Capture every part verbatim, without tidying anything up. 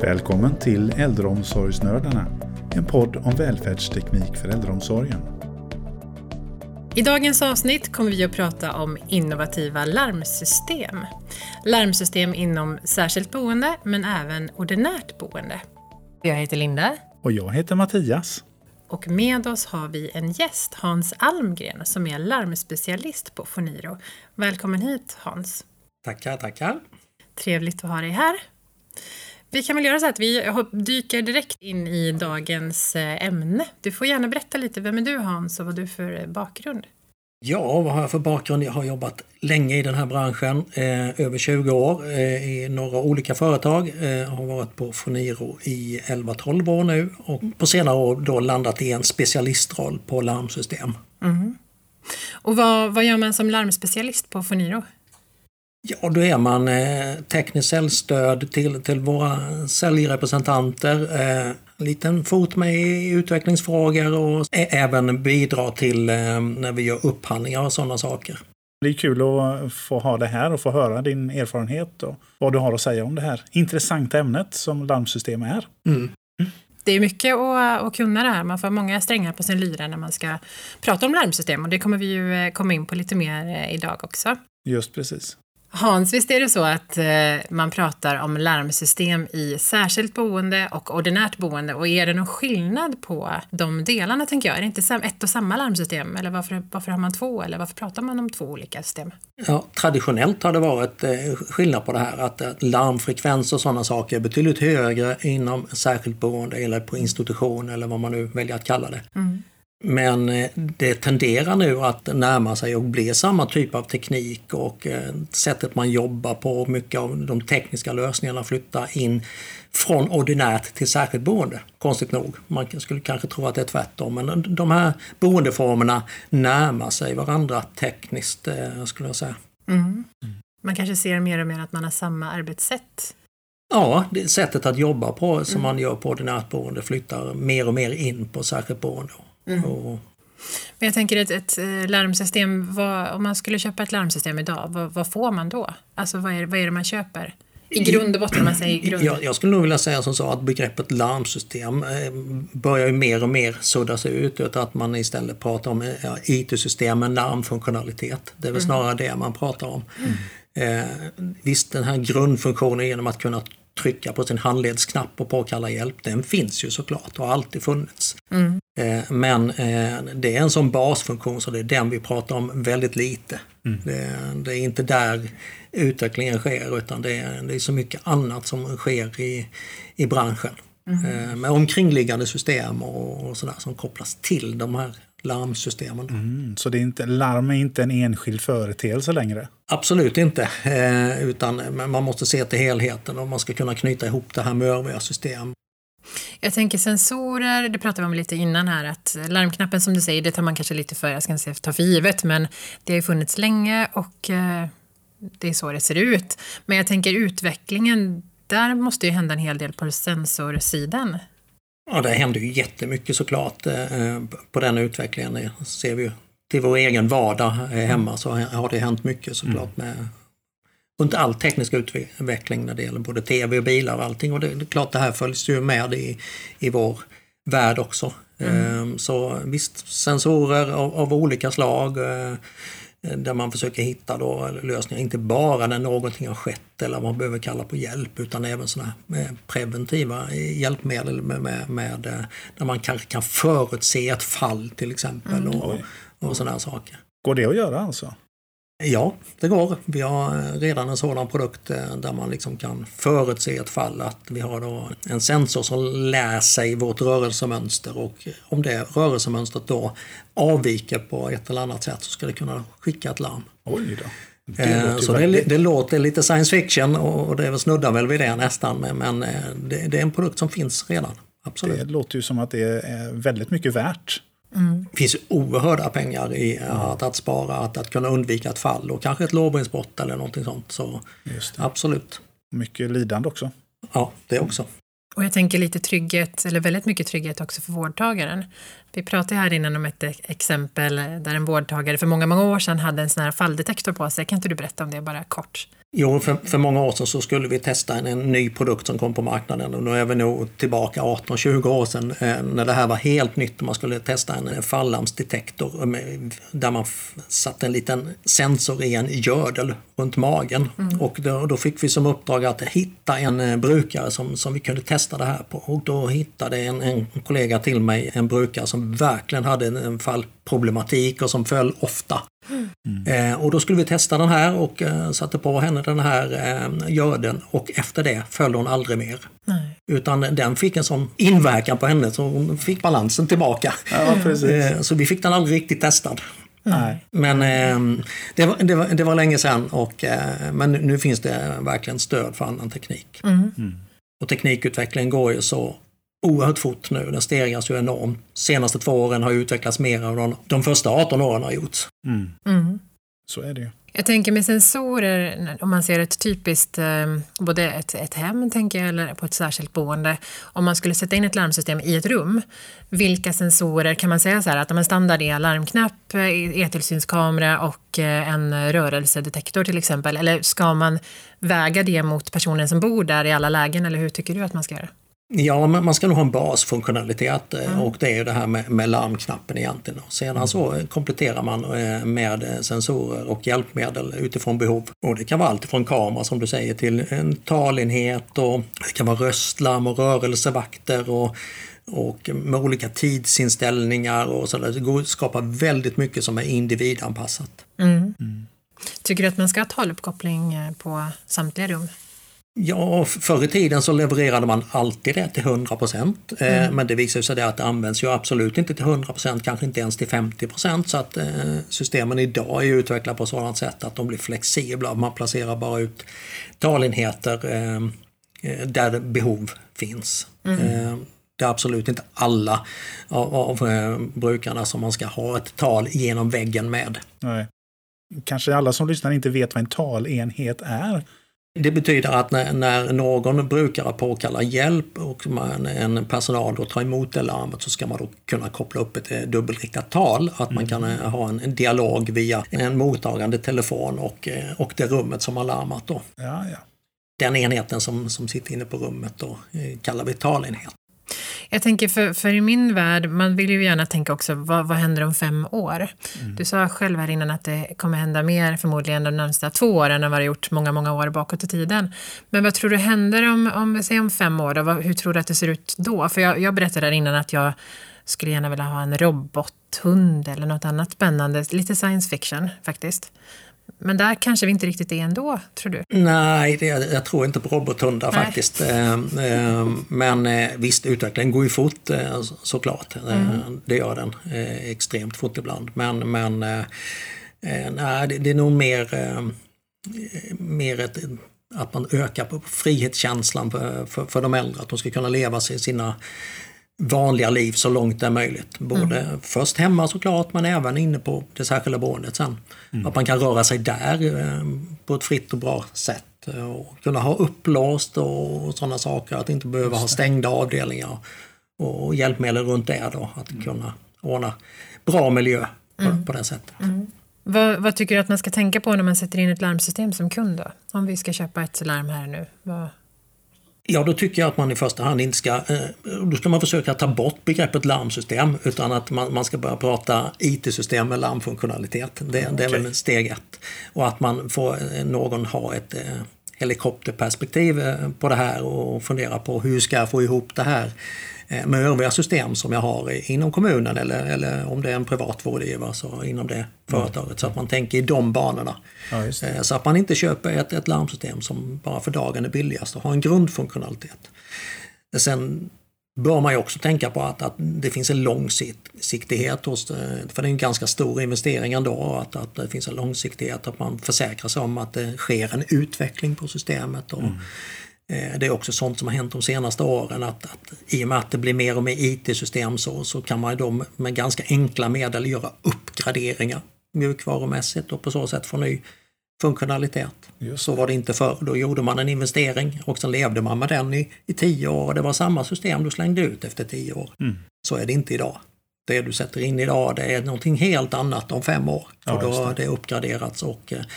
Välkommen till Äldreomsorgsnördarna, en podd om välfärdsteknik för äldreomsorgen. I dagens avsnitt kommer vi att prata om innovativa larmsystem. Larmsystem inom särskilt boende men även ordinärt boende. Jag heter Linda. Och jag heter Mattias. Och med oss har vi en gäst, Hans Almgren, som är larmspecialist på Phoniro. Välkommen hit, Hans. Tackar, tackar. Trevligt att ha dig här. Vi kan väl göra så att vi dyker direkt in i dagens ämne. Du får gärna berätta lite, vem är du, Hans, och vad du är för bakgrund? Ja, vad har jag för bakgrund? Jag har jobbat länge i den här branschen, eh, över tjugo år eh, i några olika företag. Eh, har varit på Phoniro i elva tolv år nu och på senare år då landat i en specialistroll på larmsystem. Mm. Och vad, vad gör man som larmspecialist på Phoniro? Ja, då är man eh, tekniskt säljstöd till, till våra säljrepresentanter, eh, en liten fot med i utvecklingsfrågor och ä- även bidra till eh, när vi gör upphandlingar och sådana saker. Det är kul att få ha det här och få höra din erfarenhet och vad du har att säga om det här intressanta ämnet som larmsystem är. Mm. Mm. Det är mycket att, att kunna det här. Man får många strängar på sin lyra när man ska prata om larmsystem, och det kommer vi ju komma in på lite mer idag också. Just precis. Hans, visst är det så att eh, man pratar om larmsystem i särskilt boende och ordinärt boende, och är det någon skillnad på de delarna, tänker jag? Är det inte sam- ett och samma larmsystem, eller varför, varför har man två, eller varför pratar man om två olika system? Ja, traditionellt har det varit eh, skillnad på det här, att eh, larmfrekvens och sådana saker är betydligt högre inom särskilt boende eller på institution eller vad man nu väljer att kalla det. Mm. Men det tenderar nu att närma sig och bli samma typ av teknik, och sättet man jobbar på, mycket av de tekniska lösningarna flyttar in från ordinärt till särskilt boende. Konstigt nog. Man skulle kanske tro att det är tvärtom, men de här boendeformerna närmar sig varandra tekniskt, skulle jag säga. Mm. Man kanske ser mer och mer att man har samma arbetssätt. Ja, det sättet att jobba på som mm. man gör på ordinärt boende flyttar mer och mer in på särskilt boende. Mm. Och... Men jag tänker ett, ett larmsystem, vad, om man skulle köpa ett larmsystem idag, vad, vad får man då? Alltså vad är, vad är det man köper? I grund och botten, man säger i grund. Jag, jag skulle nog vilja säga som så att begreppet larmsystem eh, börjar ju mer och mer suddas ut, utan att man istället pratar om ja, I T-system med larmfunktionalitet. Det är väl mm. snarare det man pratar om. Mm. Eh, visst, den här grundfunktionen genom att kunna trycka på sin handledsknapp och påkalla hjälp, den finns ju såklart och har alltid funnits. Mm. Eh, men eh, det är en sån basfunktion, så det är den vi pratar om väldigt lite. Mm. Det, det är inte där utvecklingen sker, utan det är, det är så mycket annat som sker i, i branschen. Mm. Eh, med omkringliggande system och, och sådär som kopplas till de här larmsystemen. Mm, så det är inte, larm är inte en enskild företeelse längre? Absolut inte, eh, utan man måste se till helheten och man ska kunna knyta ihop det här med övriga system. Jag tänker sensorer, det pratade vi om lite innan här, att larmknappen som du säger, det tar man kanske lite för, jag ska inte säga ta för givet, men det har ju funnits länge och eh, det är så det ser ut. Men jag tänker utvecklingen, där måste ju hända en hel del på sensorsidan. Ja, det händer ju jättemycket såklart eh, på den utvecklingen. Det ser vi ju till vår egen vardag eh, hemma, så har det hänt mycket såklart med runt all teknisk utveckling när det gäller både tv och bilar och allting. Och det, det är klart, det här följs ju med i, i vår värld också. Mm. Eh, så visst, sensorer av, av olika slag eh, där man försöker hitta då lösningar, inte bara när någonting har skett eller man behöver kalla på hjälp, utan även såna preventiva hjälpmedel med, med, med, där man kanske kan förutse ett fall till exempel. Mm. och, och sådana saker. Går det att göra alltså? Ja, det går. Vi har redan en sådan produkt där man liksom kan förutse ett fall, att vi har då en sensor som lär sig vårt rörelsemönster, och om det rörelsemönstret då avviker på ett eller annat sätt så ska det kunna skicka ett larm. Oj då. Det eh, så det, det låter lite science fiction, och det är väl snuddar väl vid det nästan, men, men det, det är en produkt som finns redan. Absolut. Det låter ju som att det är väldigt mycket värt. Mm. Det finns oerhörda pengar i att, att spara, att, att kunna undvika ett fall och kanske ett lårbensbrott eller någonting sånt. Så absolut. Mycket lidande också. Ja, det också. Och jag tänker lite trygghet, eller väldigt mycket trygghet också för vårdtagaren. Vi pratade här innan om ett exempel där en vårdtagare för många, många år sedan hade en sån här falldetektor på sig. Kan inte du berätta om det bara kort? Jo, för, för många år sedan så skulle vi testa en, en ny produkt som kom på marknaden och nu är vi nog tillbaka arton tjugo år sedan eh, när det här var helt nytt och man skulle testa en falllarmsdetektor med, där man f- satte en liten sensor i en gördel runt magen mm. och då, då fick vi som uppdrag att hitta en eh, brukare som, som vi kunde testa det här på och då hittade en, en kollega till mig en brukare som verkligen hade en, en fallproblematik och som föll ofta. Mm. Eh, och då skulle vi testa den här och eh, satte på henne den här eh, görden och efter det föll hon aldrig mer. Nej. Utan den fick en sån inverkan på henne så hon fick balansen tillbaka. Ja, precis. Eh, så vi fick den aldrig riktigt testad. Nej. Men eh, det, var, det, var, det var länge sedan och, eh, men nu finns det verkligen stöd för annan teknik. Mm. Mm. Och teknikutvecklingen går ju så oerhört fort nu, den stegras ju enormt. Senaste två åren har utvecklats mer än de, de första arton åren har gjorts. Mm. Mm. Så är det ju. Jag tänker med sensorer, om man ser ett typiskt, både ett, ett hem tänker jag, eller på ett särskilt boende. Om man skulle sätta in ett larmsystem i ett rum, vilka sensorer kan man säga så här att en standard är larmknapp, e-tillsynskamera och en rörelsedetektor till exempel. Eller ska man väga det mot personen som bor där i alla lägen eller hur tycker du att man ska göra? Ja, man ska nog ha en basfunktionalitet mm. och det är ju det här med, med larmknappen egentligen. Sedan mm. så kompletterar man med sensorer och hjälpmedel utifrån behov. Och det kan vara allt från kamera som du säger till en talenhet och det kan vara röstlarm och rörelsevakter och, och med olika tidsinställningar och sådär. Det går att skapa väldigt mycket som är individanpassat. Mm. Mm. Tycker du att man ska ha taluppkoppling på samtliga rum? Ja, förr i tiden så levererade man alltid det till hundra procent. Mm. Men det visar sig att det används ju absolut inte till hundra procent, kanske inte ens till femtio procent. Så att systemen idag är utvecklade på sådant sätt att de blir flexibla. Man placerar bara ut talenheter där behov finns. Mm. Det är absolut inte alla av, av brukarna som man ska ha ett tal genom väggen med. Nej. Kanske alla som lyssnar inte vet vad en talenhet är. Det betyder att när, när någon brukare påkallar hjälp och man, en personal då tar emot det larmet så ska man då kunna koppla upp ett dubbelriktat tal. Att man kan mm. ha en, en dialog via en mottagande telefon och, och det rummet som har larmat då. Ja, ja. Den enheten som, som sitter inne på rummet då kallar vi talenhet. Jag tänker för, för i min värld, man vill ju gärna tänka också, vad, vad händer om fem år? Mm. Du sa själv här innan att det kommer hända mer förmodligen de närmsta två åren än vad det gjort många, många år bakåt i tiden. Men vad tror du händer om, om, säg om fem år? Då? Vad, hur tror du att det ser ut då? För jag, jag berättade där innan att jag skulle gärna vilja ha en robothund eller något annat spännande. Lite science fiction faktiskt. Men där kanske vi inte riktigt är ändå, tror du? Nej, det, jag tror inte på robothundar Nej. faktiskt. Men visst, utvecklingen går ju fort såklart. Mm. Det gör den extremt fort ibland. Men, men nej, det är nog mer, mer ett, att man ökar på frihetskänslan för, för, för de äldre. Att de ska kunna leva sina vanliga liv så långt det är möjligt. Både mm. först hemma såklart men även inne på det särskilda boendet sen. Mm. Att man kan röra sig där eh, på ett fritt och bra sätt. Och kunna ha upplåst och sådana saker. Att inte behöva ha stängda avdelningar. Och hjälpmedel runt det då. Att mm. kunna ordna bra miljö på, mm. på det sättet. Mm. Vad, vad tycker du att man ska tänka på när man sätter in ett larmsystem som kund då? Om vi ska köpa ett larm här nu. Vad... Ja, då tycker jag att man i första hand inte ska, då ska man försöka ta bort begreppet larmsystem utan att man, man ska börja prata I T-system med larmfunktionalitet. Det, okay. det är väl steg ett. Och att man får någon ha ett eh, helikopterperspektiv på det här och fundera på hur ska jag få ihop det här med övriga system som jag har inom kommunen eller, eller om det är en privat vårdgivare så inom det företaget. Mm. Så att man tänker i de banorna. Ja, så att man inte köper ett, ett larmsystem som bara för dagen är billigast och har en grundfunktionalitet. Sen bör man ju också tänka på att, att det finns en långsiktighet hos, för det är en ganska stor investering ändå, att, att det finns en långsiktighet, att man försäkrar sig om att det sker en utveckling på systemet och mm. Det är också sånt som har hänt de senaste åren att, att i och med att det blir mer och mer I T-system så, så kan man då med ganska enkla medel göra uppgraderingar mjukvarumässigt och på så sätt få ny funktionalitet. Just. Så var det inte förr. Då gjorde man en investering och sen levde man med den i, i tio år och det var samma system du slängde ut efter tio år. Mm. Så är det inte idag. Det du sätter in idag det är någonting helt annat om fem år. För ja, då har det uppgraderats och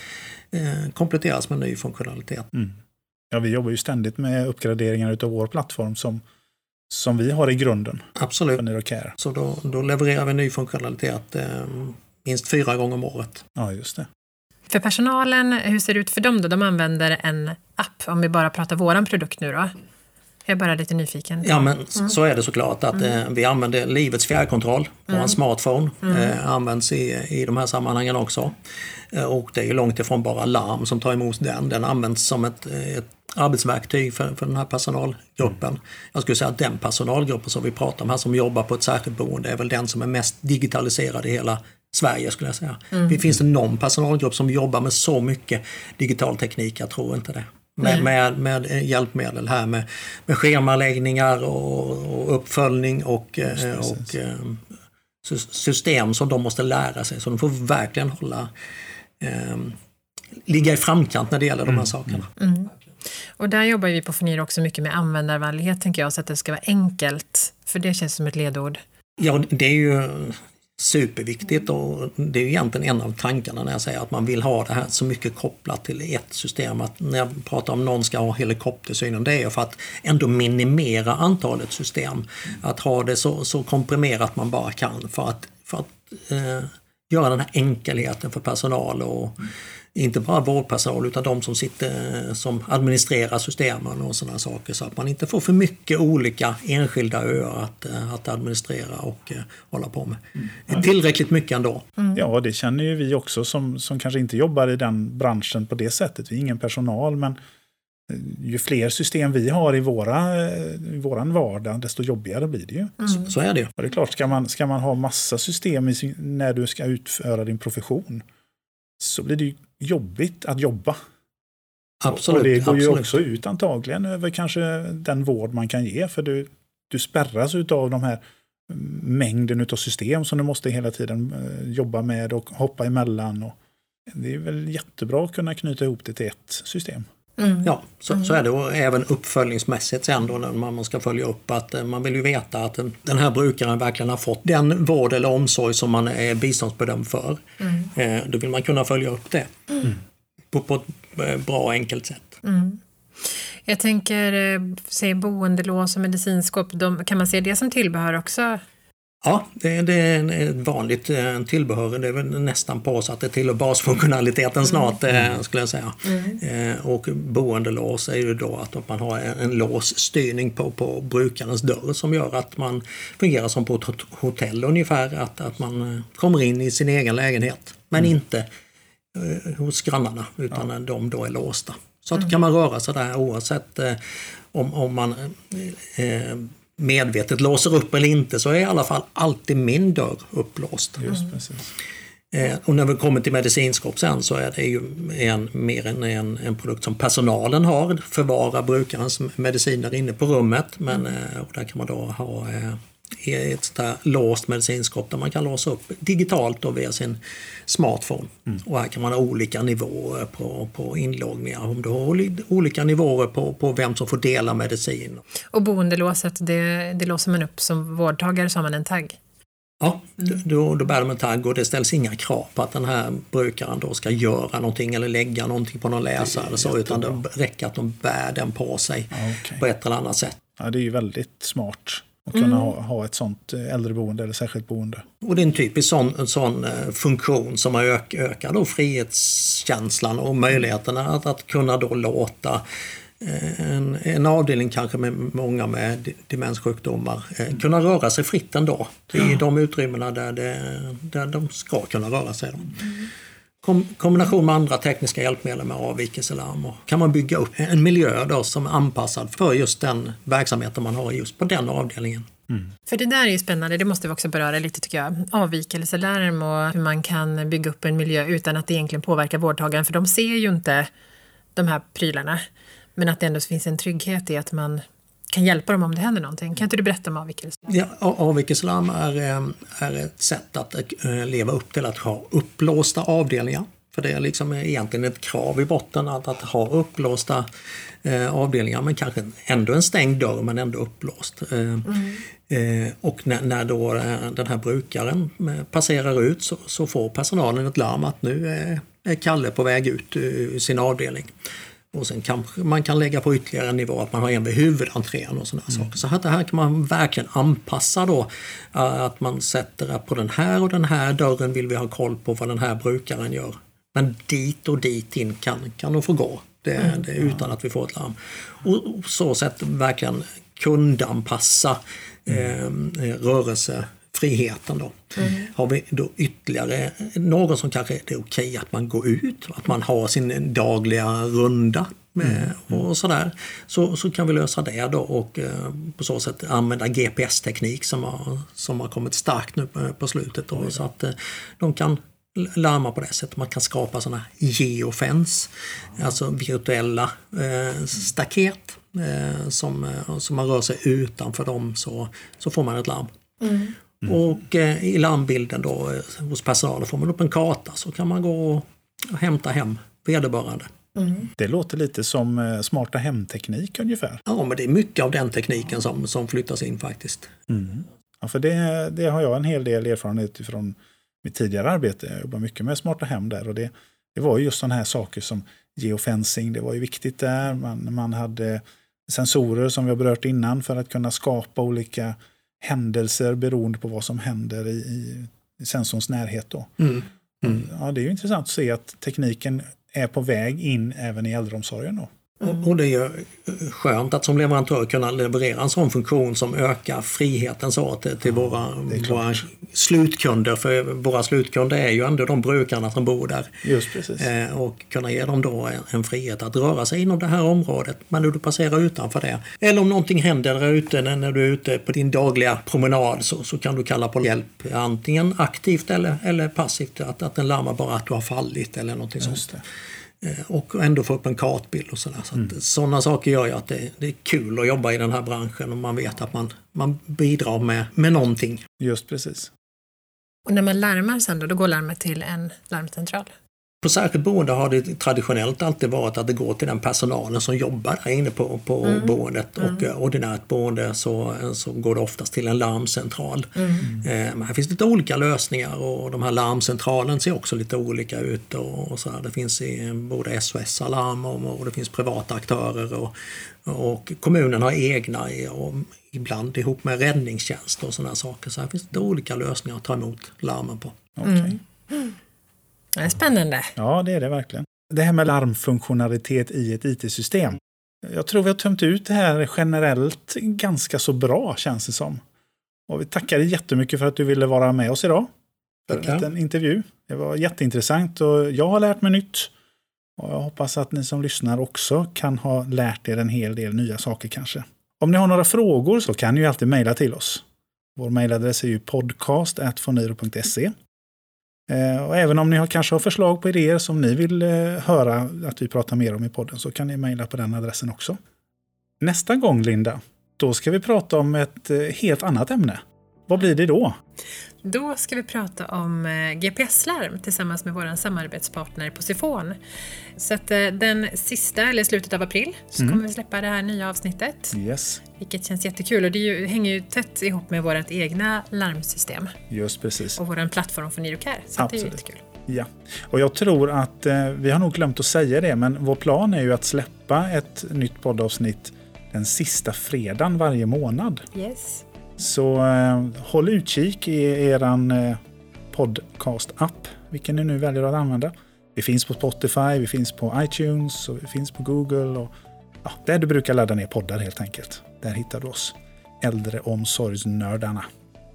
eh, kompletteras med ny funktionalitet. Mm. Ja, vi jobbar ju ständigt med uppgraderingar utav vår plattform som, som vi har i grunden. Absolut. För Nirocare. Så då, då levererar vi ny funktionalitet eh, minst fyra gånger om året. Ja, just det. För personalen, hur ser det ut för dem då? De använder en app, om vi bara pratar våran produkt nu då. Jag är bara lite nyfiken. Ja, men mm. så är det såklart att mm. eh, vi använder livets fjärrkontroll på mm. en smartphone. Mm. Eh, används i, i de här sammanhangen också. Eh, och det är ju långt ifrån bara larm som tar emot den. Den används som ett, ett arbetsverktyg för, för den här personalgruppen. Mm. Jag skulle säga att den personalgruppen som vi pratar om här som jobbar på ett särskilt boende är väl den som är mest digitaliserad i hela Sverige skulle jag säga. Mm. Det finns det någon personalgrupp som jobbar med så mycket digital teknik? Jag tror inte det. Med, med, med hjälpmedel här med, med schemaläggningar och, och uppföljning och, eh, och eh, system som de måste lära sig. Så de får verkligen hålla eh, ligga i framkant när det gäller mm. de här sakerna. Mm. Och där jobbar vi på Phoniro också mycket med användarvänlighet tänker jag, så att det ska vara enkelt. För det känns som ett ledord. Ja, det är ju superviktigt och det är ju egentligen en av tankarna när jag säger att man vill ha det här så mycket kopplat till ett system. Att när jag pratar om någon ska ha helikoptersynen, det är för att ändå minimera antalet system. Att ha det så, så komprimerat man bara kan för att, för att eh, göra den här enkelheten för personal och inte bara vårdpersonal utan de som sitter som administrerar systemen och sådana saker, så att man inte får för mycket olika enskilda öar att, att administrera och uh, hålla på med. Mm. Tillräckligt mycket ändå. Mm. Ja, det känner ju vi också som, som kanske inte jobbar i den branschen på det sättet. Vi är ingen personal, men ju fler system vi har i, våra, i våran vardag, desto jobbigare blir det ju. Mm. Så, så är det ju. Och det är klart, ska man, ska man ha massa system i, när du ska utföra din profession, så blir det ju jobbigt att jobba. Absolut. Och det går absolut. ju också ut antagligen över kanske den vård man kan ge, för du, du spärras utav de här mängden utav system som du måste hela tiden jobba med och hoppa emellan. Och det är väl jättebra att kunna knyta ihop det till ett system. Mm. Ja, så, mm. så är det, och även uppföljningsmässigt sen då när man ska följa upp att man vill ju veta att den här brukaren verkligen har fått den vård eller omsorg som man är biståndsbedömd för. Mm. Eh, då vill man kunna följa upp det mm. på, på ett bra och enkelt sätt. Mm. Jag tänker, se boendelås och medicinskåp, de, kan man se det som tillbehör också? Ja, det, det är ett vanligt tillbehör. Det är väl nästan på så att det tillhör basfunktionaliteten snart, mm. skulle jag säga. Mm. Och boendelås är ju då att man har en låsstyrning på, på brukarens dörr som gör att man fungerar som på ett hotell ungefär. Att, att man kommer in i sin egen lägenhet, men mm. inte eh, hos grannarna, utan ja. de då är låsta. Så att mm. kan man röra sig där oavsett eh, om, om man eh, medvetet låser upp eller inte, så är i alla fall alltid min dörr upplåst. Just precis. Eh, och när vi kommer till medicinskåp sen så är det ju en, mer än en, en produkt som personalen har, förvara brukarens mediciner inne på rummet, men eh, och där kan man då ha eh, ett sånt där låst medicinskåp där man kan låsa upp digitalt då via sin smartphone. Mm. Och här kan man ha olika nivåer på, på inloggningar. Om du har olika nivåer på, på vem som får dela medicin. Och boendelåset, det, det låser man upp som vårdtagare, så har man en tagg? Ja, mm. då, då bär de en tagg och det ställs inga krav på att den här brukaren då ska göra någonting eller lägga någonting på någon läsare eller så, utan det räcker att de bär den på sig okay. på ett eller annat sätt. Ja, det är ju väldigt smart att kunna mm. ha, ha ett sånt äldreboende eller särskilt boende. Och det är en typisk sån, en sån funktion som ök, ökar då frihetskänslan och möjligheterna att, att kunna då låta en, en avdelning kanske med många med demenssjukdomar mm. kunna röra sig fritt ändå i de utrymmena där, det, där de ska kunna röra sig. Då. Mm. Kom, kombination med andra tekniska hjälpmedel med avvikelselarm, och kan man bygga upp en miljö då som är anpassad för just den verksamheten man har just på den avdelningen. Mm. För det där är ju spännande, det måste vi också beröra lite tycker jag. Avvikelselarm och hur man kan bygga upp en miljö utan att det egentligen påverkar vårdtagaren, för de ser ju inte de här prylarna. Men att det ändå finns en trygghet i att man kan hjälpa dem om det händer någonting. Kan inte du berätta om avvikelselarm? Ja, avvikelselarm är, är ett sätt att leva upp till att ha upplåsta avdelningar. För det är liksom egentligen ett krav i botten att, att ha upplåsta eh, avdelningar, men kanske ändå en stängd dörr men ändå upplåst. Eh, mm. eh, och när, när då den här brukaren passerar ut så, så får personalen ett larm att nu är, är Kalle på väg ut ur sin avdelning. Och sen kanske man kan lägga på ytterligare en nivå att man har en vid huvudentrén och sådana mm. saker. Så att det här kan man verkligen anpassa då. Att man sätter på den här och den här dörren vill vi ha koll på vad den här brukaren gör. Men dit och dit in kan, kan de få gå. Det, mm. det, utan att vi får ett larm. Och, och så sätt verkligen kundanpassa mm. eh, rörelsefriheten då. Mm. Har vi då ytterligare någon som kanske det är okej att man går ut, att man har sin dagliga runda med, mm. och sådär, så, så kan vi lösa det då och eh, på så sätt använda G P S-teknik som har, som har kommit starkt nu på, på slutet då, mm. så att eh, de kan larma på det sättet. Man kan skapa sådana geofence, mm. alltså virtuella eh, staket eh, som, eh, som man rör sig utanför dem, så, så får man ett larm. Mm. Mm. Och eh, i larmbilden då eh, hos personalen får man upp en karta, så kan man gå och, och hämta hem vederbörande. Mm. Det låter lite som eh, smarta hemteknik ungefär. Ja, men det är mycket av den tekniken som, som flyttas in faktiskt. Mm. Ja, för det, det har jag en hel del erfarenhet från mitt tidigare arbete. Jag jobbar mycket med smarta hem där, och det, det var ju just sådana här saker som geofencing, det var ju viktigt där. Man, man hade sensorer som vi har berört innan för att kunna skapa olika händelser beroende på vad som händer i, i, i sensorns närhet då. Mm. Mm. Ja, det är ju intressant att se att tekniken är på väg in även i äldreomsorgen då. Mm. Och det är ju skönt att som leverantör kunna leverera en sån funktion som ökar friheten så till, till ja, våra, våra slutkunder. För våra slutkunder är ju ändå de brukarna som bor där. Just precis. Eh, och kunna ge dem då en, en frihet att röra sig inom det här området, men du passerar utanför det. Eller om någonting händer där ute när, när du är ute på din dagliga promenad, så, så kan du kalla på hjälp antingen aktivt eller, eller passivt. Att, att den larmar bara att du har fallit eller någonting sånt. Och ändå få upp en kartbild och sådär. Så mm. sådana saker gör ju att det, det är kul att jobba i den här branschen, och man vet att man, man bidrar med, med någonting. Just precis. Och när man larmar sen då, då går larmet till en larmcentral? På särskilt boende har det traditionellt alltid varit att det går till den personalen som jobbar där inne på, på mm. boendet. Och mm. ordinärt boende så, så går det oftast till en larmcentral. Mm. Eh, men här finns lite olika lösningar, och de här larmcentralen ser också lite olika ut. Och, och så här. Det finns i både S O S-alarm och, och det finns privata aktörer. Och, och kommunen har egna, och ibland ihop med räddningstjänst och sådana saker. Så här finns det olika lösningar att ta emot larmen på. Okej. Okay. Mm. Det är spännande. Ja, det är det verkligen. Det här med larmfunktionalitet i ett I T-system. Jag tror vi har tömt ut det här generellt ganska så bra, känns det som. Och vi tackar dig jättemycket för att du ville vara med oss idag. För Tackar. en intervju. Det var jätteintressant, och jag har lärt mig nytt. Och jag hoppas att ni som lyssnar också kan ha lärt er en hel del nya saker kanske. Om ni har några frågor så kan ni ju alltid mejla till oss. Vår mejladress är ju podcast at foniro punkt se. Och även om ni har, kanske har förslag på idéer som ni vill eh, höra att vi pratar mer om i podden, så kan ni mejla på den adressen också. Nästa gång, Linda, då ska vi prata om ett eh, helt annat ämne. Vad blir det då? Då ska vi prata om eh, G P S-larm tillsammans med vår samarbetspartner Posifon. Så att eh, den sista, eller slutet av april, så mm. kommer vi släppa det här nya avsnittet. Yes. Vilket känns jättekul, och det är ju, hänger ju tätt ihop med vårt egna larmsystem. Just precis. Och vår plattform för Nirocare, så det är jättekul. Ja, och jag tror att eh, vi har nog glömt att säga det, men vår plan är ju att släppa ett nytt poddavsnitt den sista fredagen varje månad. Yes. Så eh, håll utkik i eran eh, podcast-app, vilken ni nu väljer att använda. Vi finns på Spotify, vi finns på iTunes, och vi finns på Google. Och, ja, där du brukar ladda ner poddar helt enkelt. Där hittar du oss, äldreomsorgsnördarna.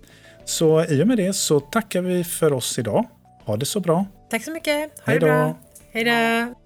Så i och med det så tackar vi för oss idag. Ha det så bra. Tack så mycket. Ha Hej det då. bra. Hej då.